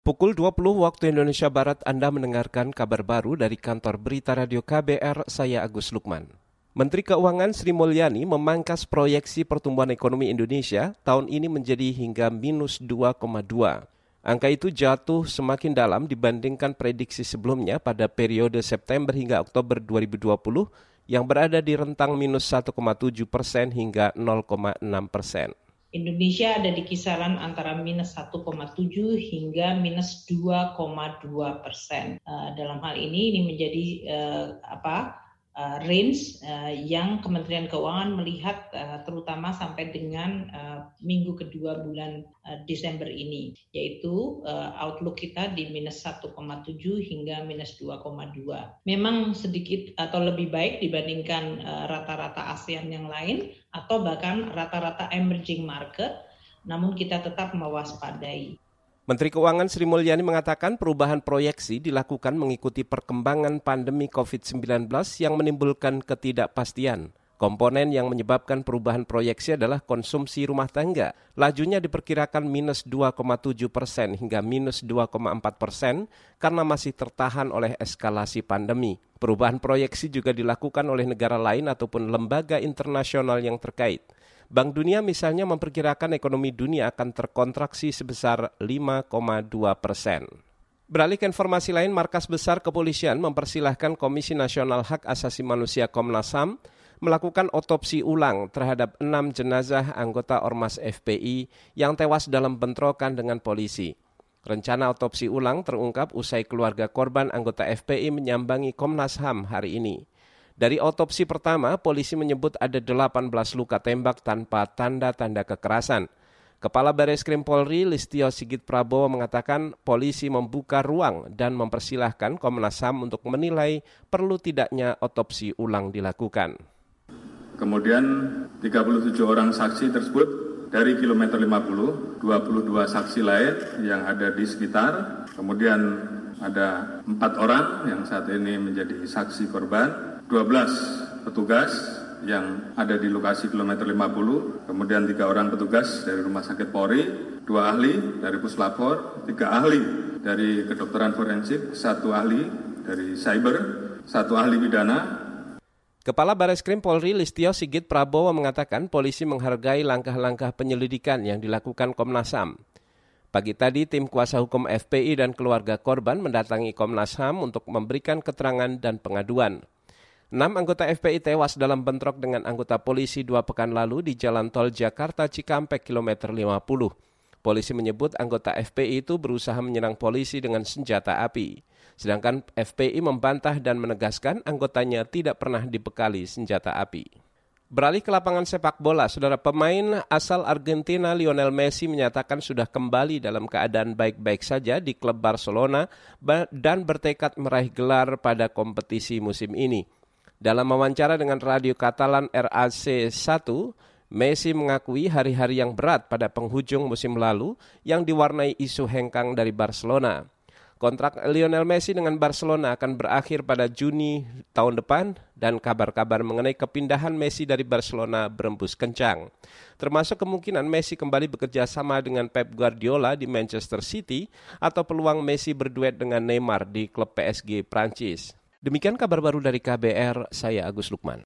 Pukul 20 waktu Indonesia Barat Anda mendengarkan kabar baru dari kantor berita radio KBR, saya Agus Lukman. Menteri Keuangan Sri Mulyani memangkas proyeksi pertumbuhan ekonomi Indonesia tahun ini menjadi hingga minus 2,2. Angka itu jatuh semakin dalam dibandingkan prediksi sebelumnya pada periode September hingga Oktober 2020 yang berada di rentang minus 1,7% hingga 0,6%. Indonesia ada di kisaran antara minus 1,7 hingga minus 2,2%. Dalam hal ini menjadi range yang Kementerian Keuangan melihat terutama sampai dengan minggu kedua bulan Desember ini, yaitu outlook kita di minus 1,7 hingga minus 2,2. Memang sedikit atau lebih baik dibandingkan rata-rata ASEAN yang lain atau bahkan rata-rata emerging market, namun kita tetap mewaspadai. Menteri Keuangan Sri Mulyani mengatakan perubahan proyeksi dilakukan mengikuti perkembangan pandemi COVID-19 yang menimbulkan ketidakpastian. Komponen yang menyebabkan perubahan proyeksi adalah konsumsi rumah tangga. Lajunya diperkirakan minus 2,7% hingga minus 2,4% karena masih tertahan oleh eskalasi pandemi. Perubahan proyeksi juga dilakukan oleh negara lain ataupun lembaga internasional yang terkait. Bank Dunia misalnya memperkirakan ekonomi dunia akan terkontraksi sebesar 5,2%. Beralih ke informasi lain, Markas Besar Kepolisian mempersilahkan Komisi Nasional Hak Asasi Manusia Komnas HAM melakukan otopsi ulang terhadap 6 jenazah anggota Ormas FPI yang tewas dalam bentrokan dengan polisi. Rencana otopsi ulang terungkap usai keluarga korban anggota FPI menyambangi Komnas HAM hari ini. Dari otopsi pertama, polisi menyebut ada 18 luka tembak tanpa tanda-tanda kekerasan. Kepala Bareskrim Polri, Listio Sigit Prabowo mengatakan polisi membuka ruang dan mempersilahkan Komnas HAM untuk menilai perlu tidaknya otopsi ulang dilakukan. Kemudian 37 orang saksi tersebut dari kilometer 50, 22 saksi lain yang ada di sekitar, kemudian ada 4 orang yang saat ini menjadi saksi korban, 12 petugas yang ada di lokasi kilometer 50, kemudian 3 orang petugas dari Rumah Sakit Polri, 2 ahli dari Puslapor, 3 ahli dari kedokteran forensik, 1 ahli dari cyber, 1 ahli pidana. Kepala Bareskrim Polri Listio Sigit Prabowo mengatakan polisi menghargai langkah-langkah penyelidikan yang dilakukan Komnas HAM. Pagi tadi, tim kuasa hukum FPI dan keluarga korban mendatangi Komnas HAM untuk memberikan keterangan dan pengaduan. 6 anggota FPI tewas dalam bentrok dengan anggota polisi 2 pekan lalu di Jalan Tol Jakarta Cikampek kilometer 50. Polisi menyebut anggota FPI itu berusaha menyerang polisi dengan senjata api. Sedangkan FPI membantah dan menegaskan anggotanya tidak pernah dibekali senjata api. Beralih ke lapangan sepak bola, saudara, pemain asal Argentina Lionel Messi menyatakan sudah kembali dalam keadaan baik-baik saja di klub Barcelona dan bertekad meraih gelar pada kompetisi musim ini. Dalam wawancara dengan radio Katalan RAC 1, Messi mengakui hari-hari yang berat pada penghujung musim lalu yang diwarnai isu hengkang dari Barcelona. Kontrak Lionel Messi dengan Barcelona akan berakhir pada Juni tahun depan dan kabar-kabar mengenai kepindahan Messi dari Barcelona berembus kencang. Termasuk kemungkinan Messi kembali bekerja sama dengan Pep Guardiola di Manchester City atau peluang Messi berduet dengan Neymar di klub PSG Prancis. Demikian kabar baru dari KBR, saya Agus Lukman.